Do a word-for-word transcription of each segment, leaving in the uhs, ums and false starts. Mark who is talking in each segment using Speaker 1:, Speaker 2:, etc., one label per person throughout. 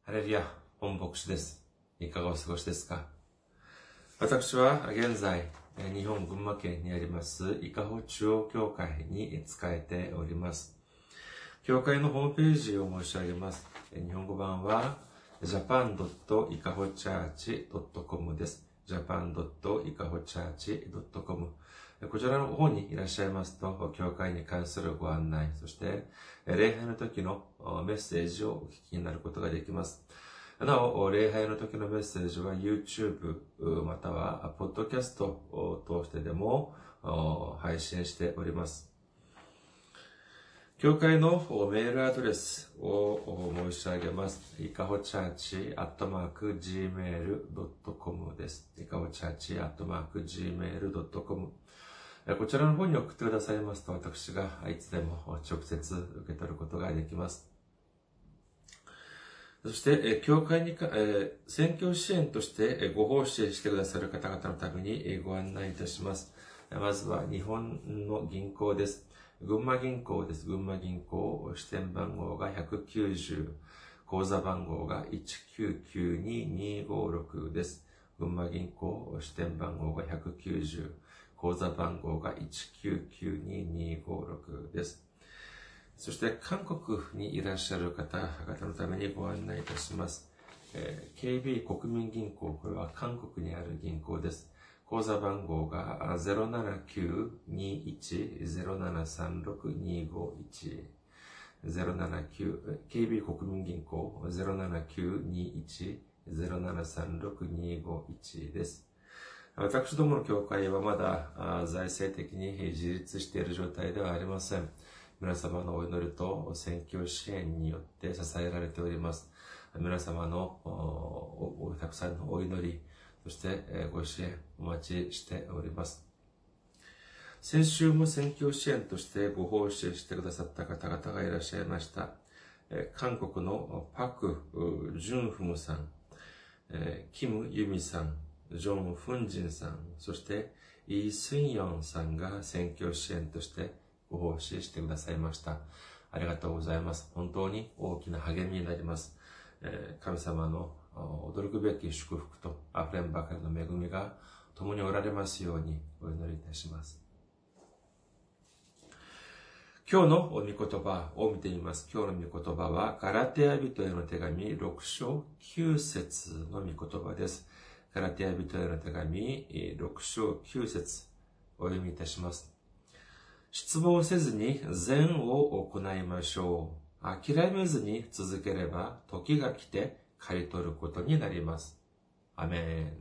Speaker 1: ハレルヤ、本牧師です。いかがお過ごしですか？私は現在、日本群馬県にあります、伊香保中央教会に仕えております。教会のホームページを申し上げます。日本語版は ジャパンドットイカホチャーチドットコム です。ジャパンドットイカホチャーチドットコム。こちらの方にいらっしゃいますと、教会に関するご案内、そして、礼拝の時のメッセージをお聞きになることができます。なお、礼拝の時のメッセージは YouTube または Podcast を通してでも配信しております。教会のメールアドレスを申し上げます。イカホチャーチアットマーク ジーメールドットコム です。イカホチャーチアットマーク ジーメールドットコム。こちらの方に送ってくださいますと、私がいつでも直接受け取ることができます。そして、教会にか、えー、宣教支援としてご奉仕してくださる方々のためにご案内いたします。まずは日本の銀行です。群馬銀行です。群馬銀行、支店番号がひゃくきゅうじゅう、口座番号がいちきゅうきゅうににごろくです。群馬銀行、支店番号がひゃくきゅうじゅう、口座番号がいちきゅうきゅうににごろくです。そして韓国にいらっしゃる方々のためにご案内いたします。えー、ケービー 国民銀行、これは韓国にある銀行です。口座番号が ゼロななきゅうにいちゼロななさんろくにごいち ゼロななきゅう ケービー 国民銀行 ゼロななきゅうにいちゼロななさんろくにごいち です。私どもの教会はまだ財政的に自立している状態ではありません。皆様のお祈りと宣教支援によって支えられております。皆様のおおたくさんのお祈り、そしてご支援お待ちしております。先週も宣教支援としてご奉仕してくださった方々がいらっしゃいました。韓国のパク・ジュンフムさん、キム・ユミさん、ジョン・フンジンさん、そしてイ・スンヨンさんが宣教支援としてご奉仕してくださいました。ありがとうございます。本当に大きな励みになります。えー、神様の驚くべき祝福と溢れんばかりの恵みが共におられますようにお祈りいたします。今日の御言葉を見てみます。今日の御言葉はガラテヤ人への手紙ろく章きゅう節の御言葉です。ガラテヤ人への手紙ろく章きゅう節お読みいたします。失望せずに善を行いましょう。諦めずに続ければ時が来て刈り取ることになります。アメン。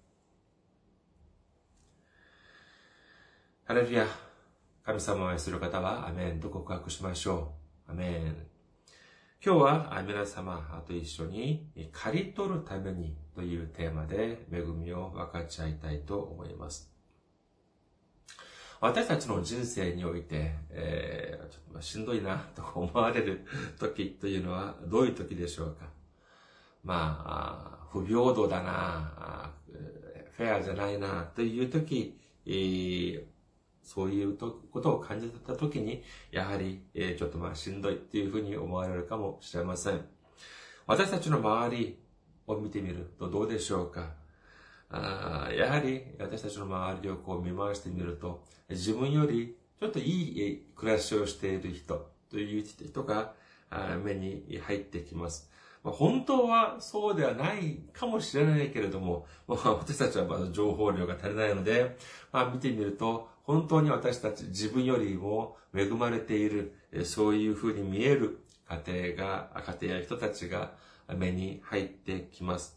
Speaker 1: ハレルヤ。神様を愛する方はアメンと告白しましょう。アメン。今日は皆様と一緒に刈り取るためにというテーマで恵みを分かち合いたいと思います。私たちの人生において、えー、ちょっとしんどいなと思われる時というのはどういう時でしょうか。まあ、不平等だな、フェアじゃないなという時、えー、そういうことを感じた時に、やはり、えー、ちょっとまあしんどいというふうに思われるかもしれません。私たちの周りを見てみるとどうでしょうか。あやはり私たちの周りをこう見回してみると、自分よりちょっといい暮らしをしている人という人が目に入ってきます。本当はそうではないかもしれないけれども、私たちはまだ情報量が足りないので、まあ、見てみると本当に私たち自分よりも恵まれている、そういうふうに見える家庭が、家庭や人たちが目に入ってきます。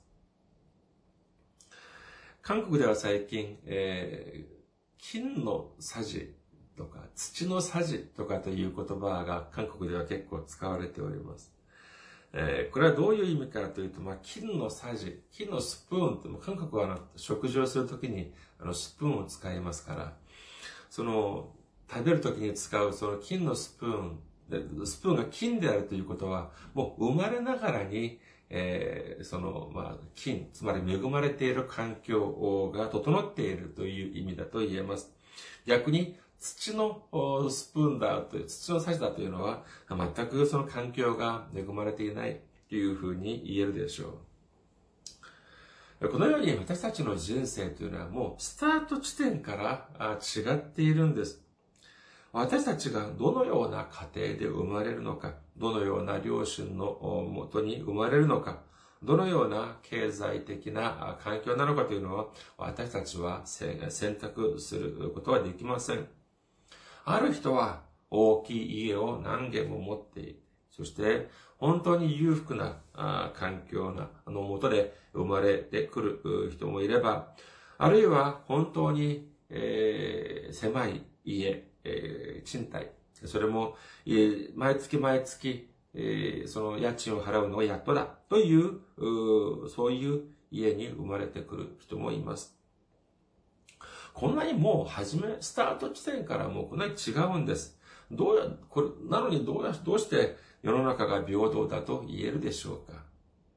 Speaker 1: 韓国では最近、えー、金のさじとか土のさじとかという言葉が韓国では結構使われております。えー、これはどういう意味かというと、まあ、金のさじ、金のスプーンって、韓国はあの食事をするときにあのスプーンを使いますから、その食べるときに使うその金のスプーン、スプーンが金であるということは、もう生まれながらにえー、その、まあ、金、つまり恵まれている環境が整っているという意味だと言えます。逆に、土のスプーンだという、土のさじだというのは、全くその環境が恵まれていない、 というふうに言えるでしょう。このように私たちの人生というのはもうスタート地点から違っているんです。私たちがどのような家庭で生まれるのか、どのような両親のもとに生まれるのか、どのような経済的な環境なのかというのは私たちは選択することはできません。ある人は大きい家を何軒も持っていて、そして本当に裕福な環境のもとで生まれてくる人もいれば、あるいは本当に、えー、狭い家、えー、賃貸、それも、えー、毎月毎月、えー、その家賃を払うのがやっとだという、うそういう家に生まれてくる人もいます。こんなにもう初め、スタート地点からもうこんなに違うんです。どうや、これ、なのにどうや、どうして世の中が平等だと言えるでしょうか。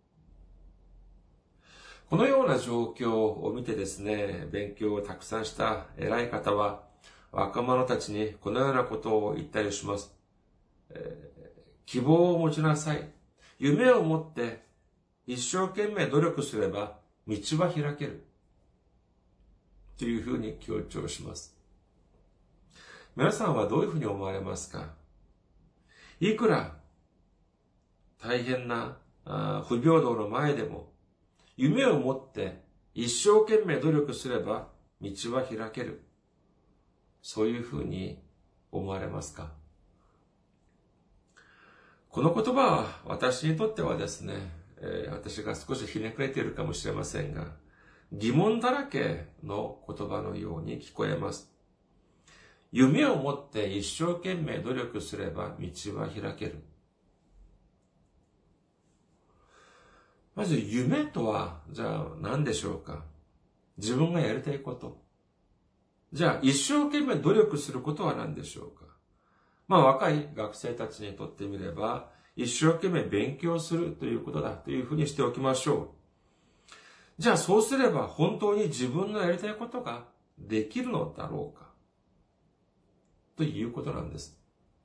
Speaker 1: このような状況を見てですね、勉強をたくさんした偉い方は、若者たちにこのようなことを言ったりします。えー、希望を持ちなさい。夢を持って一生懸命努力すれば道は開ける。というふうに強調します。皆さんはどういうふうに思われますか？いくら大変な不平等の前でも、夢を持って一生懸命努力すれば道は開ける。そういうふうに思われますか？この言葉は私にとってはですね、えー、私が少しひねくれているかもしれませんが、疑問だらけの言葉のように聞こえます。夢を持って一生懸命努力すれば道は開ける。まず夢とは、じゃあ何でしょうか？自分がやりたいこと。じゃあ一生懸命努力することは何でしょうか？まあ若い学生たちにとってみれば、一生懸命勉強するということだというふうにしておきましょう。じゃあそうすれば本当に自分のやりたいことができるのだろうかということなんです。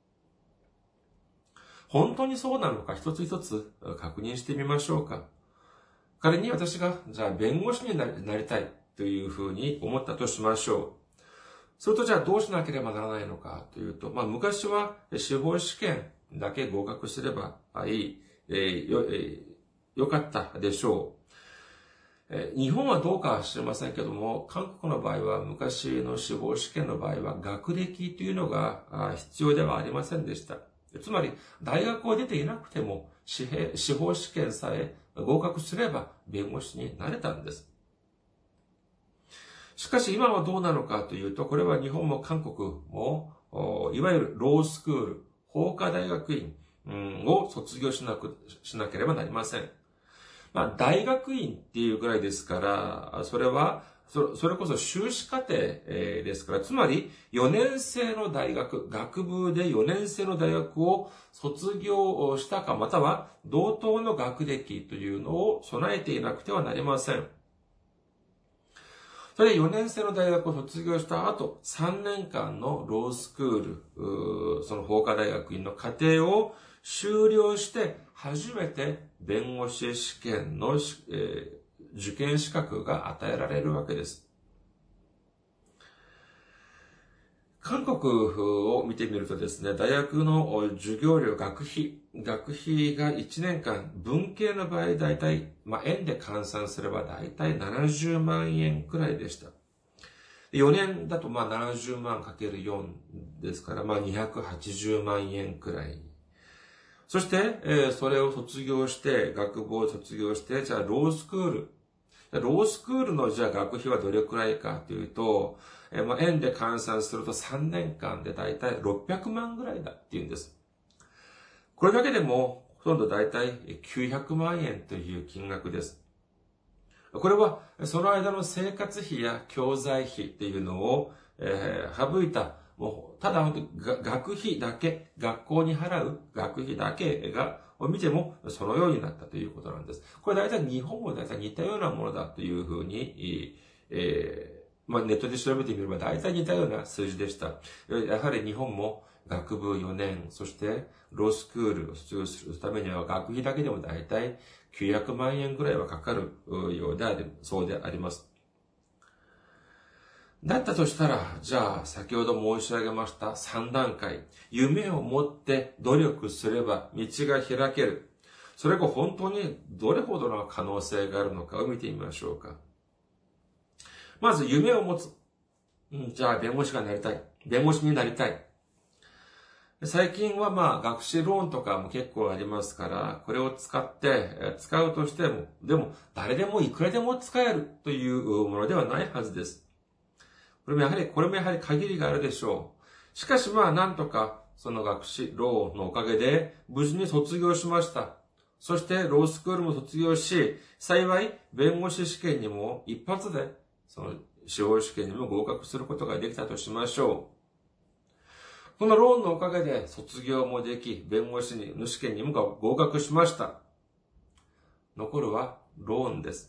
Speaker 1: 本当にそうなのか一つ一つ確認してみましょうか。仮に私がじゃあ弁護士になりたいというふうに思ったとしましょう。それとじゃあどうしなければならないのかというと、まあ昔は司法試験だけ合格すればいい、えー、よ、えー、よかったでしょう。えー、日本はどうかは知りませんけども、韓国の場合は昔の司法試験の場合は学歴というのが必要ではありませんでした。つまり大学を出ていなくても司法試験さえ合格すれば弁護士になれたんです。しかし今はどうなのかというと、これは日本も韓国も、いわゆるロースクール、法科大学院を卒業しなく、しなければなりません。まあ、大学院っていうくらいですから、それは、それこそ修士課程ですから、つまりよねん生の大学、学部でよねん生の大学を卒業したか、または同等の学歴というのを備えていなくてはなりません。それでよねん生の大学を卒業した後、さんねんかんのロースクール、その法科大学院の課程を修了して、初めて弁護士試験の、えー、受験資格が与えられるわけです。韓国を見てみるとですね、大学の授業料、学費、学費がいちねんかん、文系の場合だいたい、まあ、円で換算すればだいたいななじゅうまんえんくらいでした。よねんだとまあななじゅうまんかけるよんですから、まあにひゃくはちじゅうまんえんくらい。そして、えー、それを卒業して、学部を卒業して、じゃあロースクール。ロースクールのじゃあ学費はどれくらいかというと、えーまあ、円で換算するとさんねんかんでだいたいろっぴゃくまんぐらいだっていうんです。これだけでも、ほとんどだいたいきゅうひゃくまんえんという金額です。これは、その間の生活費や教材費っていうのを、えー、省いた、もう、ただ本当に学費だけ、学校に払う学費だけが、を見ても、そのようになったということなんです。これ大体日本も大体似たようなものだというふうに、えー、まあネットで調べてみれば大体似たような数字でした。やはり日本も学部よねん、そしてロースクールを卒業するためには学費だけでもだいたいきゅうひゃくまんえんぐらいはかかるようであり、そうであります。だったとしたら、じゃあ先ほど申し上げましたさんだんかい、夢を持って努力すれば道が開ける。それが本当にどれほどの可能性があるのかを見てみましょうか。まず夢を持つ。うん、じゃあ弁護士がなりたい。弁護士になりたい。最近はまあ学士ローンとかも結構ありますから、これを使って使うとしても、でも誰でもいくらでも使えるというものではないはずです。これもやはり、これもやはり限りがあるでしょう。しかしまあなんとかその学士ローンのおかげで無事に卒業しました。そしてロースクールも卒業し、幸い弁護士試験にも一発でその司法試験にも合格することができたとしましょう。このローンのおかげで卒業もでき、弁護士の試験にも合格しました。残るはローンです。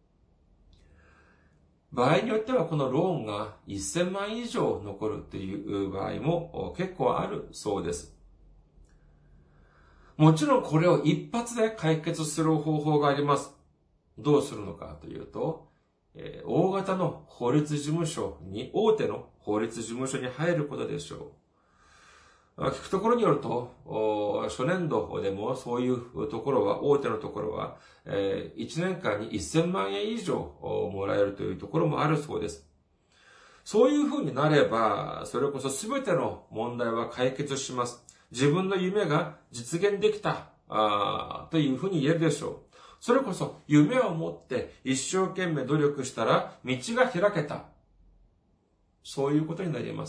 Speaker 1: 場合によってはこのローンがせんまん以上残るという場合も結構あるそうです。もちろんこれを一発で解決する方法があります。どうするのかというと、大型の法律事務所に、大手の法律事務所に入ることでしょう。聞くところによると、初年度でもそういうところは、大手のところは、いちねんかんにせんまんえん以上もらえるというところもあるそうです。そういう風になれば、それこそ全ての問題は解決します。自分の夢が実現できた、というふうに言えるでしょう。それこそ夢を持って一生懸命努力したら道が開けた。そういうことになります。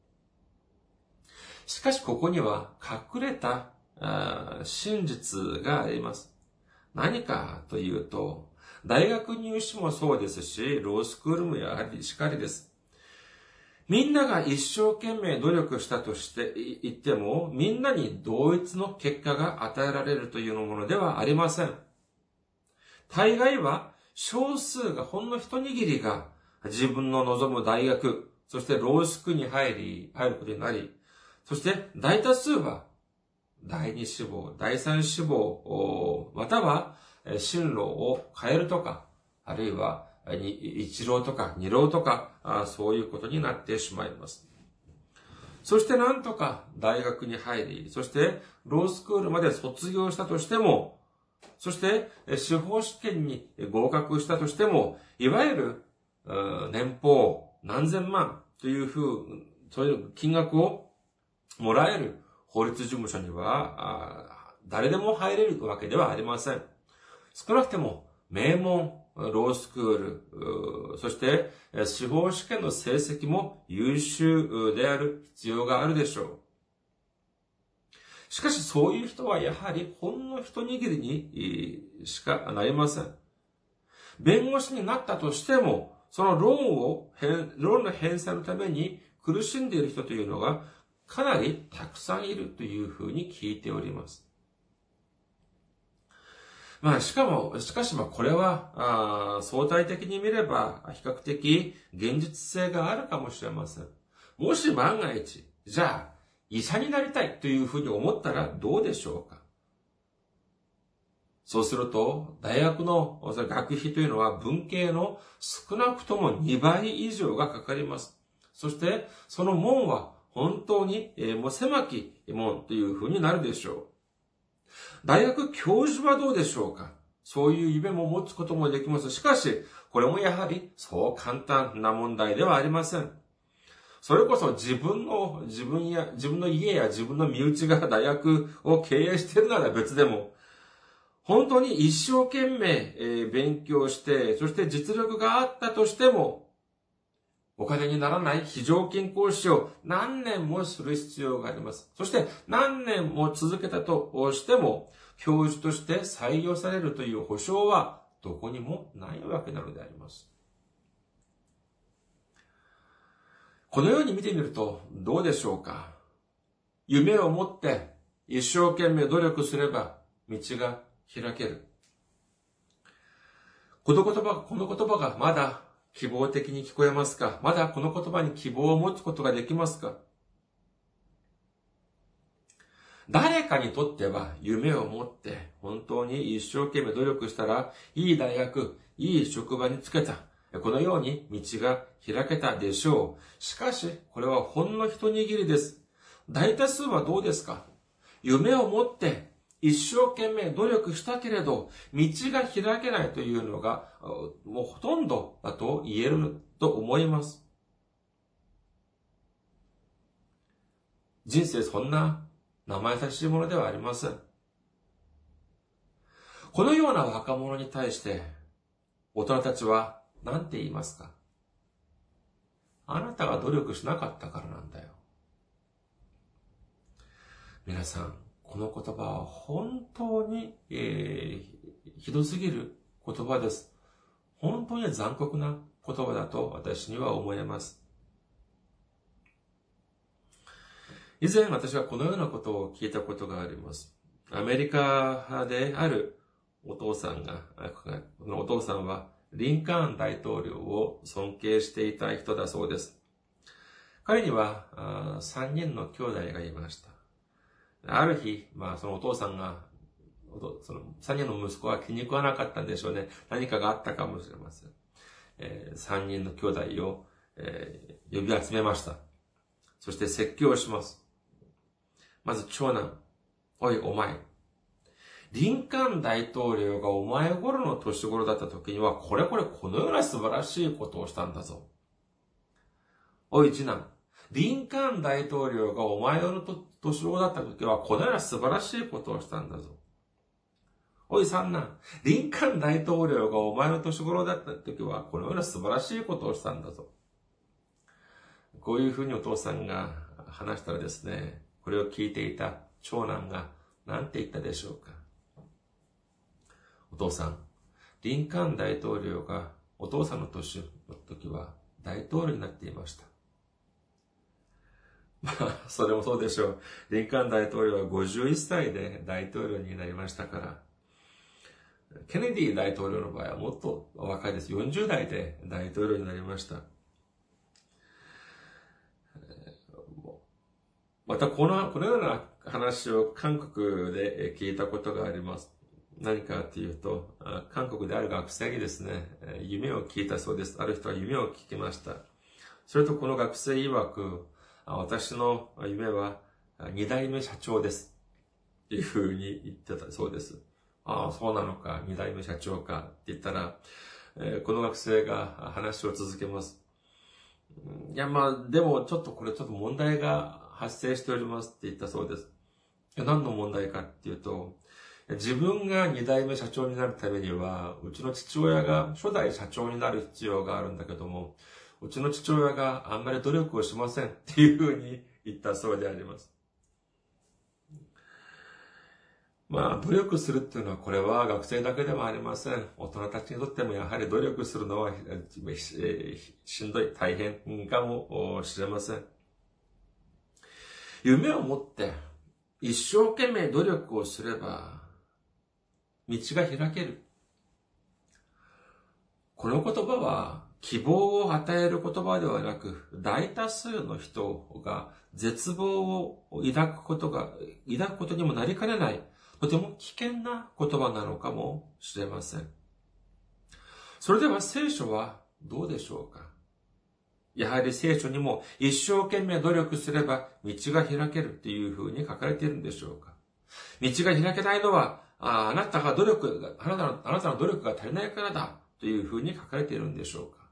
Speaker 1: しかしここには隠れた真実があります。何かというと、大学入試もそうですし、ロースクールもやはりしかりです。みんなが一生懸命努力したとして言っても、みんなに同一の結果が与えられるというものではありません。大概は少数が、ほんの一握りが自分の望む大学、そしてロースクールに入り、入ることになり、そして大多数は第二志望、第三志望、または進路を変えるとか、あるいは一浪とか二浪とか、そういうことになってしまいます。そしてなんとか大学に入り、そしてロースクールまで卒業したとしても、そして司法試験に合格したとしても、いわゆる年俸何千万というふう、そういう金額をもらえる法律事務所には誰でも入れるわけではありません。少なくても名門、ロースクール、そして司法試験の成績も優秀である必要があるでしょう。しかしそういう人はやはりほんの一握りにしかなりません。弁護士になったとしても、そのローンを、ローンの返済のために苦しんでいる人というのがかなりたくさんいるというふうに聞いております。まあ、しかも、しかしまあこれは、あ相対的に見れば比較的現実性があるかもしれません。もし万が一、じゃあ、医者になりたいというふうに思ったらどうでしょうか。そうすると、大学の学費というのは文系の少なくともにばい以上がかかります。そして、その門は本当にもう狭き門というふうになるでしょう。大学教授はどうでしょうか。そういう夢も持つこともできます。しかし、これもやはりそう簡単な問題ではありません。それこそ自分の、自分や、自分の家や自分の身内が大学を経営しているなら別でも、本当に一生懸命勉強して、そして実力があったとしても、お金にならない非常勤講師を何年もする必要があります。そして何年も続けたとしても、教授として採用されるという保証はどこにもないわけなのであります。このように見てみるとどうでしょうか。夢を持って一生懸命努力すれば道が開ける。この言葉、この言葉がまだ希望的に聞こえますか？まだこの言葉に希望を持つことができますか？ 誰かにとっては夢を持って本当に一生懸命努力したらいい大学、いい職場に就けた。このように道が開けたでしょう。しかし、これはほんの一握りです。大多数はどうですか？夢を持って一生懸命努力したけれど、道が開けないというのが、もうほとんどだと言えると思います。人生そんな生優しいものではありません。このような若者に対して、大人たちは何て言いますか？あなたが努力しなかったからなんだよ。皆さん、この言葉は本当に、えー、ひどすぎる言葉です。本当に残酷な言葉だと私には思えます。以前私はこのようなことを聞いたことがあります。アメリカであるお父さんが、このお父さんはリンカーン大統領を尊敬していた人だそうです。彼にはさんにんの兄弟がいました。ある日、まあそのお父さんが、そのさんにんの息子は気に食わなかったんでしょうね。何かがあったかもしれません。えー、さんにんの兄弟を、えー、呼び集めました。そして説教をします。まず長男、おいお前、リンカーン大統領がお前頃の年頃だった時には、これこれこのような素晴らしいことをしたんだぞ。おい次男、リンカーン大統領がお前の年頃だった時は、このような素晴らしいことをしたんだぞ。おい三男、リンカーン大統領がお前の年頃だった時は、このような素晴らしいことをしたんだぞ。こういうふうにお父さんが話したらですね、これを聞いていた長男が何て言ったでしょうか。お父さん、リンカーン大統領がお父さんの年の時は大統領になっていました。まあ、それもそうでしょう。リンカーン大統領はごじゅういっさいで大統領になりましたから、ケネディ大統領の場合はもっと若いです。よんじゅうだいで大統領になりました。またこの、このような話を韓国で聞いたことがあります。何かというと、韓国である学生にですね、夢を聞いたそうです。ある人は夢を聞きました。それとこの学生曰く、私の夢は二代目社長です。っていうふうに言ってたそうです。ああ、そうなのか、二代目社長かって言ったら、この学生が話を続けます。いや、まあ、でもちょっとこれちょっと問題が発生しておりますって言ったそうです。何の問題かっていうと、自分が二代目社長になるためには、うちの父親が初代社長になる必要があるんだけども、うちの父親があんまり努力をしませんっていうふうに言ったそうであります。まあ、努力するっていうのは、これは学生だけではありません。大人たちにとってもやはり努力するのはしんどい、大変かもしれません。夢を持って一生懸命努力をすれば、道が開ける。この言葉は希望を与える言葉ではなく、大多数の人が絶望を抱くことが、抱くことにもなりかねない、とても危険な言葉なのかもしれません。それでは聖書はどうでしょうか？やはり聖書にも一生懸命努力すれば道が開けるっていうふうに書かれているんでしょうか？道が開けないのは、あ, あなたが努力が、あなたの、あなたの努力が足りないからだというふうに書かれているんでしょうか？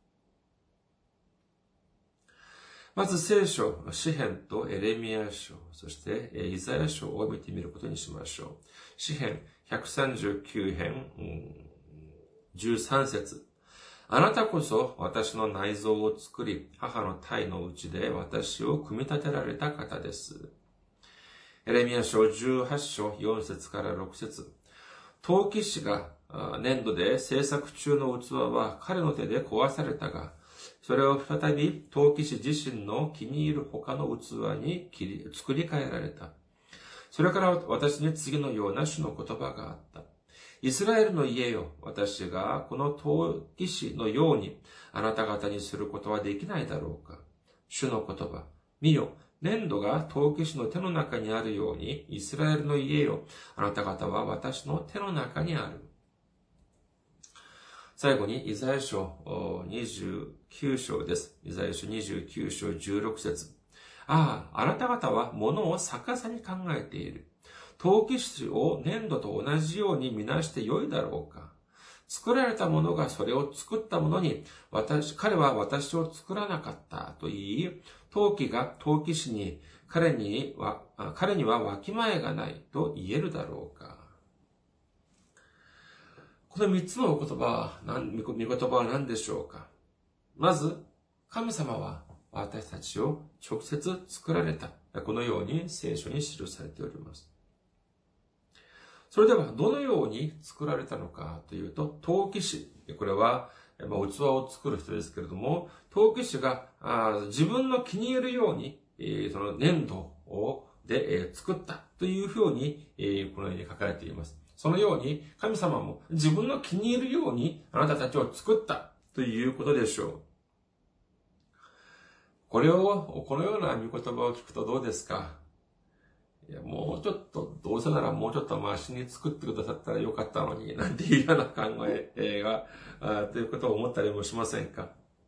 Speaker 1: まず聖書、詩編とエレミヤ書、そしてイザヤ書を見てみることにしましょう。詩編ひゃくさんじゅうきゅう編、じゅうさん節。あなたこそ私の内臓を作り、母の胎のうちで私を組み立てられた方です。エレミヤ書じゅうはち章よん節からろく節。陶器師が粘土で製作中の器は彼の手で壊されたが、それを再び陶器師自身の気に入る他の器に切り作り変えられた。それから私に次のような主の言葉があった。イスラエルの家よ、私がこの陶器師のようにあなた方にすることはできないだろうか。主の言葉、見よ、 粘土が陶器師の手の中にあるように、イスラエルの家よ、あなた方は私の手の中にある。最後に、イザヤ書にじゅうきゅう章です。イザヤ書にじゅうきゅう章じゅうろく節。ああ、あなた方は物を逆さに考えている。陶器師を粘土と同じように見なしてよいだろうか。作られたものがそれを作ったものに、私、彼は私を作らなかったと言い、陶器が陶器師に、彼には、彼にはわきまえがないと言えるだろうか。この三つのお言葉は、御言葉は何でしょうか。まず、神様は私たちを直接作られた。このように聖書に記されております。それでは、どのように作られたのかというと、陶器師。これは、まあ、器を作る人ですけれども、陶器師があ自分の気に入るように、えー、その粘土をで、えー、作ったというふうに、えー、このように書かれています。そのように、神様も自分の気に入るようにあなたたちを作ったということでしょう。これを、このような御言葉を聞くとどうですか？いや、もうちょっと、どうせならもうちょっとマシに作ってくださったらよかったのに、なんていうような考えが、あということを思ったりもしませんか？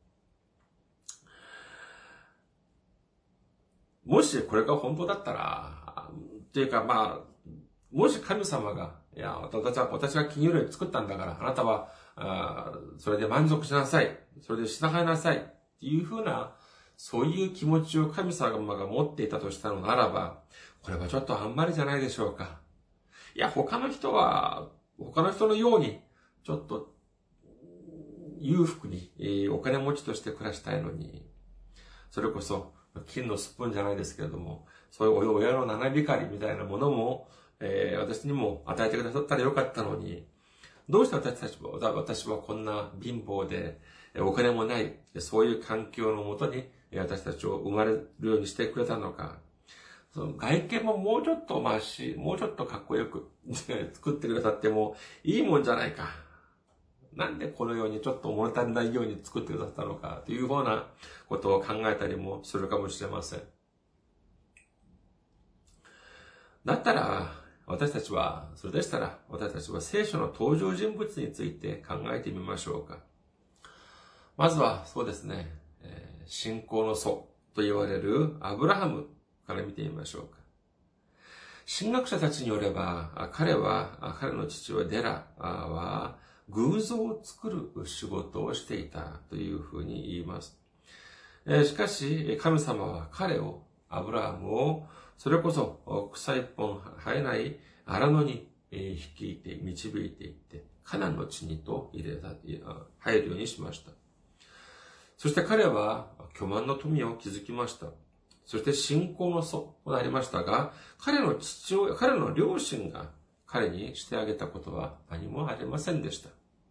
Speaker 1: もしこれが本当だったら、っていうかまあ、もし神様が、いや、私は、私が気に入るように作ったんだから、あなたは、あそれで満足しなさい。それで従いなさい。っていうふうな、そういう気持ちを神様が持っていたとしたのならば、これはちょっとあんまりじゃないでしょうか。いや、他の人は、他の人のように、ちょっと、裕福に、えー、お金持ちとして暮らしたいのに、それこそ、金のスプーンじゃないですけれども、そういう親の七光みたいなものも、えー、私にも与えてくださったらよかったのに、どうして私たちは、私はこんな貧乏で、お金もない、そういう環境のもとに、私たちを生まれるようにしてくれたのか。その外見ももうちょっとマシ、もうちょっとかっこよく作ってくださってもいいもんじゃないか。なんでこのようにちょっと物足りないように作ってくださったのかというふうなことを考えたりもするかもしれません。だったら、私たちは、それでしたら、私たちは聖書の登場人物について考えてみましょうか。まずは、そうですね、信仰の祖と言われるアブラハムから見てみましょうか。神学者たちによれば、彼は、彼の父親デラは、偶像を作る仕事をしていたというふうに言います。しかし、神様は彼を、アブラハムを、それこそ草一本生えない荒野に率いて、導いていって、カナンの地にと入れた、入るようにしました。そして彼は巨万の富を築きました。そして信仰の祖となりましたが、彼の父親、彼の両親が彼にしてあげたことは何もありませんでした。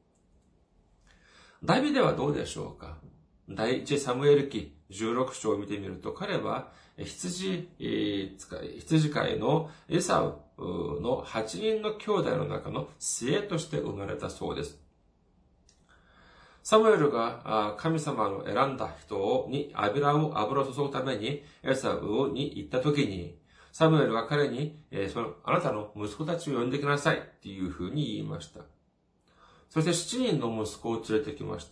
Speaker 1: ダビデはどうでしょうか。第一サムエル記じゅうろく章を見てみると、彼は羊、羊飼いのエサウのはちにんの兄弟の中の末として生まれたそうです。サムエルが神様の選んだ人に油を油を注ぐためにエサウに行った時に、サムエルは彼に、そのあなたの息子たちを呼んできなさいっていうふうに言いました。そしてしちにんの息子を連れてきました。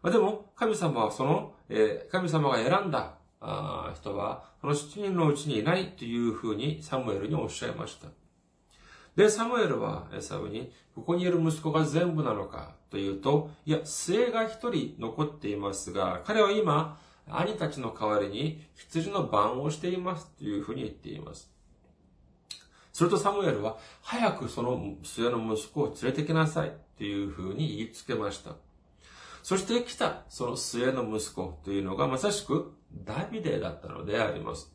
Speaker 1: でも神様はその、神様が選んだ人はそのしちにんのうちにいないというふうにサムエルにおっしゃいました。で、サムエルはエサウに、ここにいる息子が全部なのかというと、いや、末が一人残っていますが、彼は今、兄たちの代わりに羊の番をしていますというふうに言っています。するとサムエルは、早くその末の息子を連れてきなさいというふうに言いつけました。そして来たその末の息子というのがまさしくダビデだったのであります。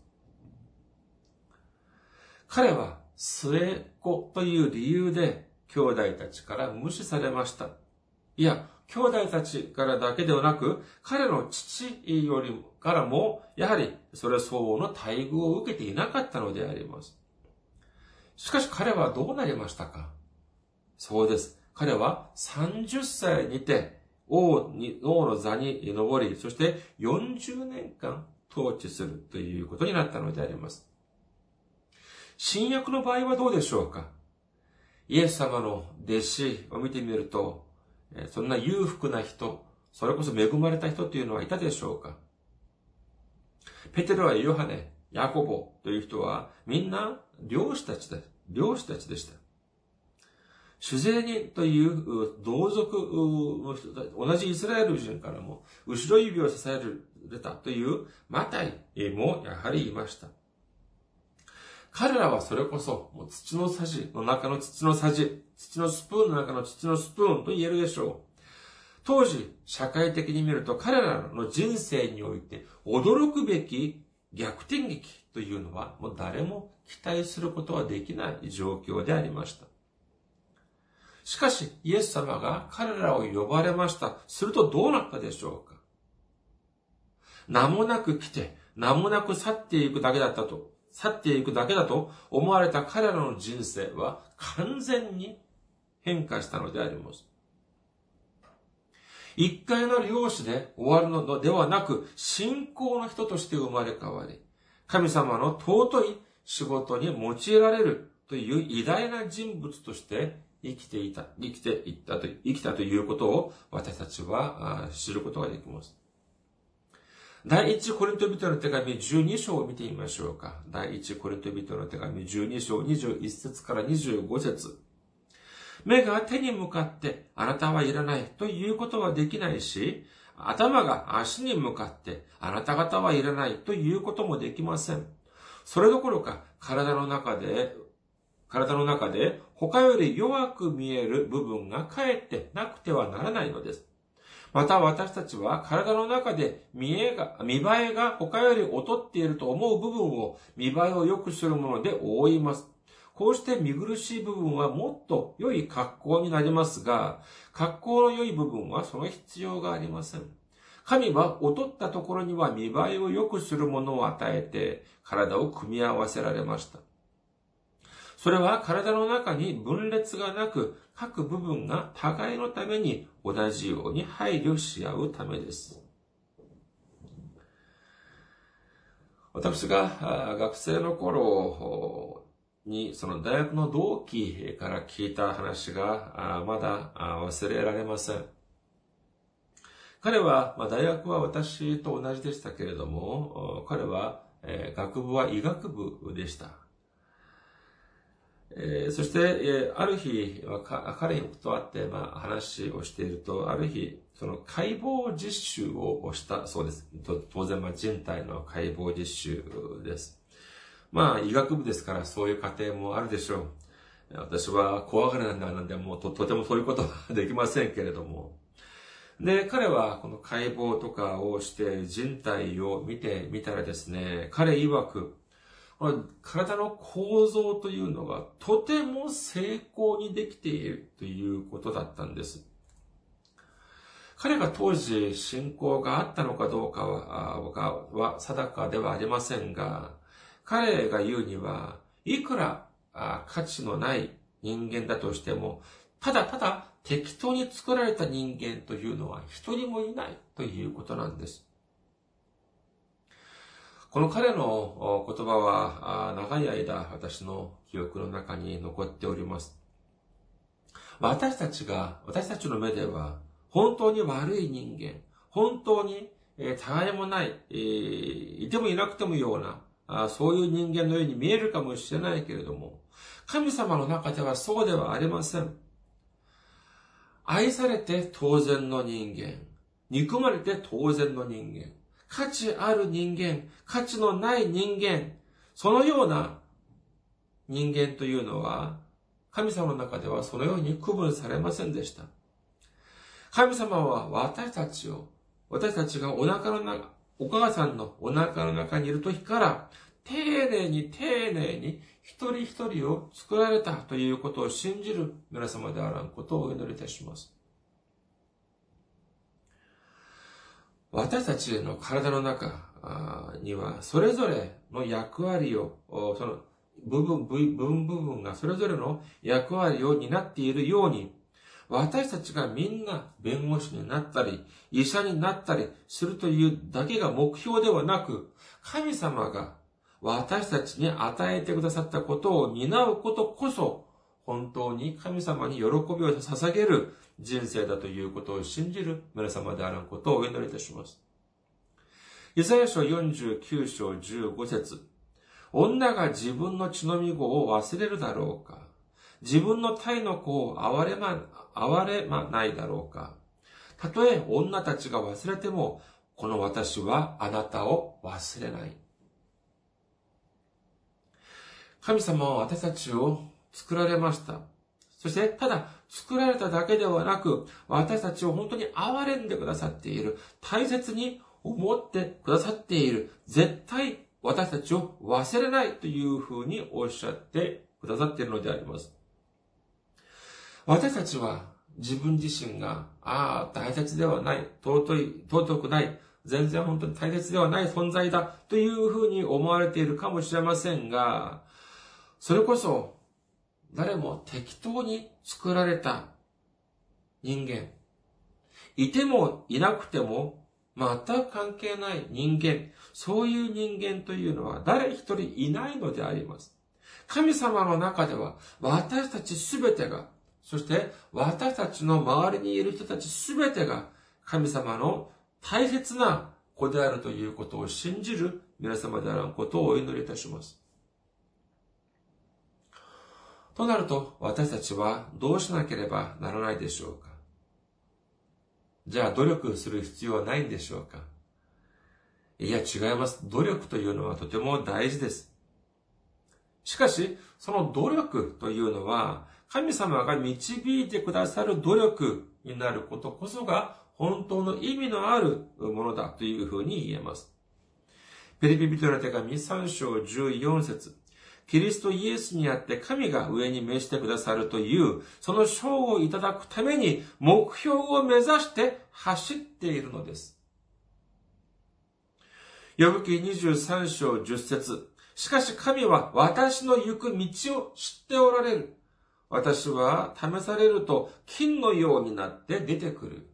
Speaker 1: 彼は末っ子という理由で兄弟たちから無視されました。いや、兄弟たちからだけではなく、彼の父よりからも、やはりそれ相応の待遇を受けていなかったのであります。しかし彼はどうなりましたか？そうです。彼はさんじゅっさいにて王に、王の座に上り、そしてよんじゅうねんかん統治するということになったのであります。新約の場合はどうでしょうか。イエス様の弟子を見てみると、そんな裕福な人、それこそ恵まれた人というのはいたでしょうか。ペテロやヨハネ、ヤコボという人はみんな漁師たちで、漁師たちでした。主税人という同族の人たち、同じイスラエル人からも後ろ指を支えられたというマタイもやはりいました。彼らはそれこそもう土のさじの中の土のさじ、土のスプーンの中の土のスプーンと言えるでしょう。当時、社会的に見ると彼らの人生において驚くべき逆転劇というのはもう誰も期待することはできない状況でありました。しかし、イエス様が彼らを呼ばれました。するとどうなったでしょうか。名もなく来て、名もなく去っていくだけだったと、去っていくだけだと思われた彼らの人生は完全に変化したのであります。一回の漁師で終わるのではなく、信仰の人として生まれ変わり、神様の尊い仕事に用いられるという偉大な人物として生きていた、生きていったと、生きたということを私たちは知ることができます。第一コリント人の手紙じゅうに章を見てみましょうか。第一コリント人の手紙じゅうに章にじゅういち節からにじゅうご節。目が手に向かってあなたはいらないということはできないし、頭が足に向かってあなた方はいらないということもできません。それどころか体の中で、体の中で他より弱く見える部分がかえってなくてはならないのです。また私たちは体の中で見えが、見栄えが他より劣っていると思う部分を見栄えを良くするもので覆います。こうして見苦しい部分はもっと良い格好になりますが、格好の良い部分はその必要がありません。神は劣ったところには見栄えを良くするものを与えて、体を組み合わせられました。それは体の中に分裂がなく、各部分が互いのために同じように配慮し合うためです。私が学生の頃に、その大学の同期から聞いた話がまだ忘れられません。彼は、大学は私と同じでしたけれども、彼は学部は医学部でした。えー、そして、えー、ある日、彼にと会って、まあ、話をしていると、ある日、その解剖実習をしたそうです。当然、まあ、人体の解剖実習です。まあ、医学部ですから、そういう過程もあるでしょう。私は怖がりなんで、もうと、とてもそういうことはできませんけれども。で、彼はこの解剖とかをして人体を見てみたらですね、彼曰く、体の構造というのがとても精巧にできているということだったんです。彼が当時信仰があったのかどうかは、は定かではありませんが、彼が言うには、いくら価値のない人間だとしても、ただただ適当に作られた人間というのは一人もいないということなんです。この彼の言葉は長い間私の記憶の中に残っております。私たちが、私たちの目では本当に悪い人間、本当にたわいもない、いてもいなくてもような、そういう人間のように見えるかもしれないけれども、神様の中ではそうではありません。愛されて当然の人間、憎まれて当然の人間、価値ある人間、価値のない人間、そのような人間というのは、神様の中ではそのように区分されませんでした。神様は私たちを、私たちがお腹の中、お母さんのお腹の中にいる時から、丁寧に丁寧に一人一人を作られたということを信じる皆様であらんことをお祈りいたします。私たちの体の中にはそれぞれの役割を、その部分、部分部分がそれぞれの役割を担っているように、 私たちがみんな弁護士になったり、医者になったりするというだけが目標ではなく、神様が私たちに与えてくださったことを担うことこそ、本当に神様に喜びを捧げる人生だということを信じる皆様であることをお祈りいたします。イザヤ書よんじゅうきゅう章じゅうご節。女が自分の血のみ子を忘れるだろうか。自分の体の子を憐れま、憐れまないだろうか。たとえ女たちが忘れても、この私はあなたを忘れない。神様は私たちを作られました。そして、ただ作られただけではなく、私たちを本当に憐れんでくださっている。大切に思ってくださっている。絶対私たちを忘れないというふうにおっしゃってくださっているのであります。私たちは自分自身が、ああ、大切ではない、尊い、尊くない、全然本当に大切ではない存在だというふうに思われているかもしれませんが、それこそ誰も適当に作られた人間、いてもいなくても全く関係ない人間、そういう人間というのは誰一人いないのであります。神様の中では私たちすべてが、そして私たちの周りにいる人たちすべてが神様の大切な子であるということを信じる皆様であることをお祈りいたします。となると私たちはどうしなければならないでしょうか。じゃあ努力する必要はないんでしょうか。いや違います。努力というのはとても大事です。しかしその努力というのは神様が導いてくださる努力になることこそが本当の意味のあるものだというふうに言えます。ペリピ人の手紙さん章じゅうよん節。キリストイエスにあって神が上に召してくださるという、その賞をいただくために目標を目指して走っているのです。ヨブ記にじゅうさん章じゅっ節。しかし神は私の行く道を知っておられる。私は試されると金のようになって出てくる。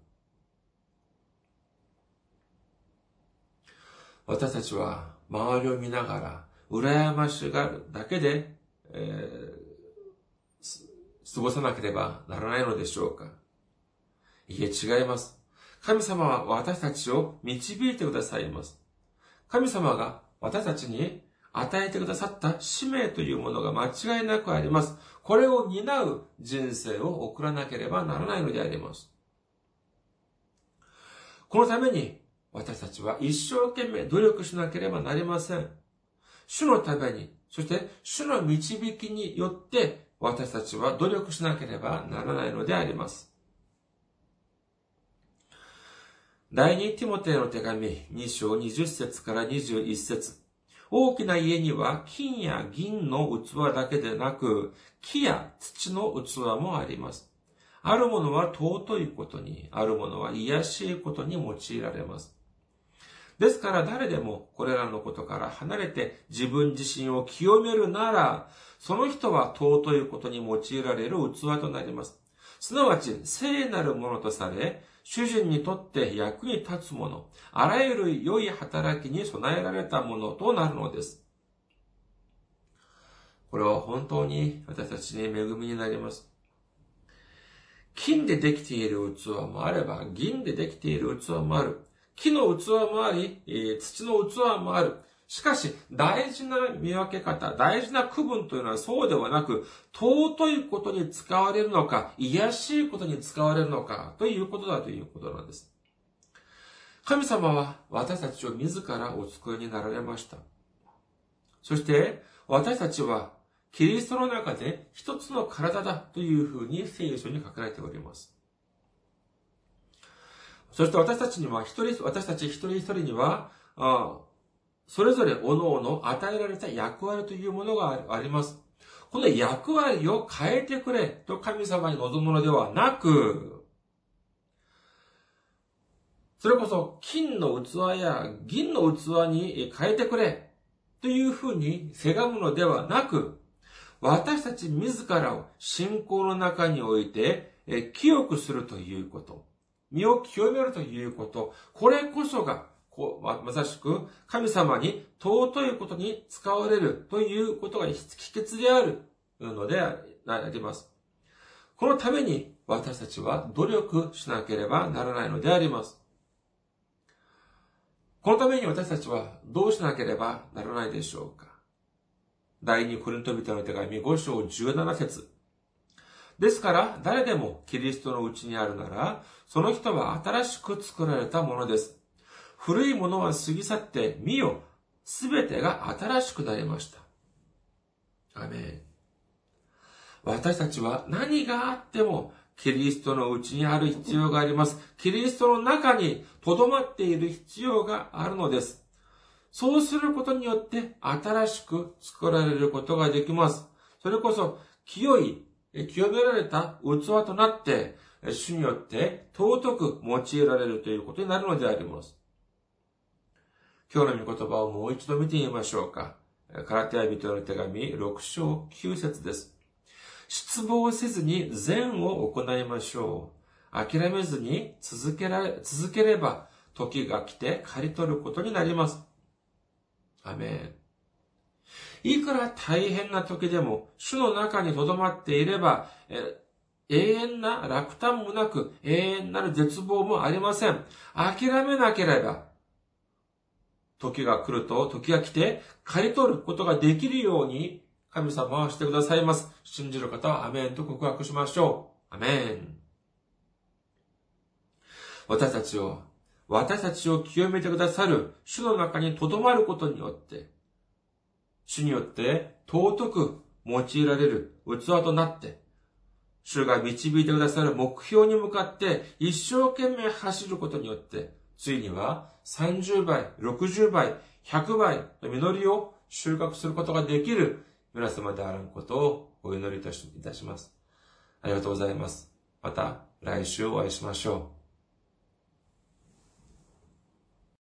Speaker 1: 私たちは周りを見ながら羨ましがるだけで、えー、過ごさなければならないのでしょうか。いえ、違います。神様は私たちを導いてくださいます。神様が私たちに与えてくださった使命というものが間違いなくあります。これを担う人生を送らなければならないのであります。このために私たちは一生懸命努力しなければなりません。主のために、そして主の導きによって私たちは努力しなければならないのであります。第二ティモテの手紙に章にじゅっ節からにじゅういち節。大きな家には金や銀の器だけでなく、木や土の器もあります。あるものは尊いことに、あるものは卑しいことに用いられます。ですから誰でもこれらのことから離れて自分自身を清めるなら、その人は尊いことに用いられる器となります。すなわち聖なるものとされ、主人にとって役に立つもの、あらゆる良い働きに備えられたものとなるのです。これは本当に私たちに恵みになります。金でできている器もあれば、銀でできている器もある。木の器もあり、土の器もある。しかし、大事な見分け方、大事な区分というのはそうではなく、尊いことに使われるのか、卑しいことに使われるのか、ということだということなんです。神様は私たちを自らお作りになられました。そして、私たちは、キリストの中で一つの体だというふうに聖書に書かれております。そして私たちには一人、私たち一人一人には、あそれぞれ各々与えられた役割というものがあります。この役割を変えてくれと神様に望むのではなく、それこそ金の器や銀の器に変えてくれというふうにせがむのではなく、 私たち自らを信仰の中において、え清くするということ。身を清めるということ。これこそが、こうま、まさしく神様に尊いことに使われるということが秘訣であるのであります。このために私たちは努力しなければならないのであります。このために私たちはどうしなければならないでしょうか。第二コリント人の手紙ご章じゅうなな節。ですから誰でもキリストのうちにあるなら、その人は新しく作られたものです。古いものは過ぎ去って見よ、すべてが新しくなりました。アメン。私たちは何があってもキリストのうちにある必要があります。キリストの中に留まっている必要があるのです。そうすることによって新しく作られることができます。それこそ清い、清められた器となって、主によって尊く用いられるということになるのであります。今日の御言葉をもう一度見てみましょうか。ガラテヤ人の手紙ろく章きゅう節です。失望せずに善を行いましょう。諦めずに続けられ、続ければ時が来て刈り取ることになります。アメン。いくら大変な時でも主の中に留まっていれば、え永遠な落胆もなく永遠なる絶望もありません。諦めなければ時が来ると、時が来て刈り取ることができるように神様はしてくださいます。信じる方はアメンと告白しましょう。アメン。私たちを、私たちを清めてくださる主の中に留まることによって、主によって尊く用いられる器となって、主が導いてくださる目標に向かって一生懸命走ることによって、ついにはさんじゅうばい、ろくじゅうばい、ひゃくばいの実りを収穫することができる皆様であらんことをお祈りいたします。ありがとうございます。また来週お会いしましょう。